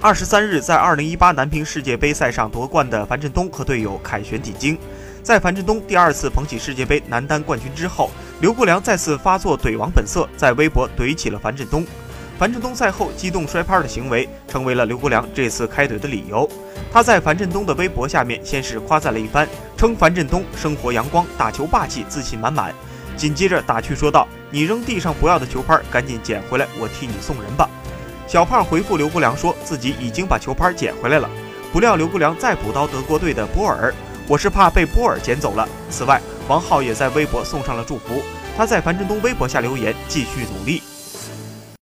23日，在2018南平世界杯赛上夺冠的樊振东和队友凯旋抵京。在樊振东第2次捧起世界杯男单冠军之后，刘国梁再次发作怼王本色，在微博怼起了樊振东。樊振东赛后激动摔拍的行为，成为了刘国梁这次开怼的理由。他在樊振东的微博下面先是夸赞了一番，称樊振东生活阳光，打球霸气，自信满满。紧接着打趣说道：“你扔地上不要的球拍，赶紧捡回来，我替你送人吧。”小胖回复刘国梁说自己已经把球拍捡回来了。不料刘国梁再补刀德国队的波尔：“我是怕被波尔捡走了。”此外，王皓也在微博送上了祝福。他在樊振东微博下留言：“继续努力。”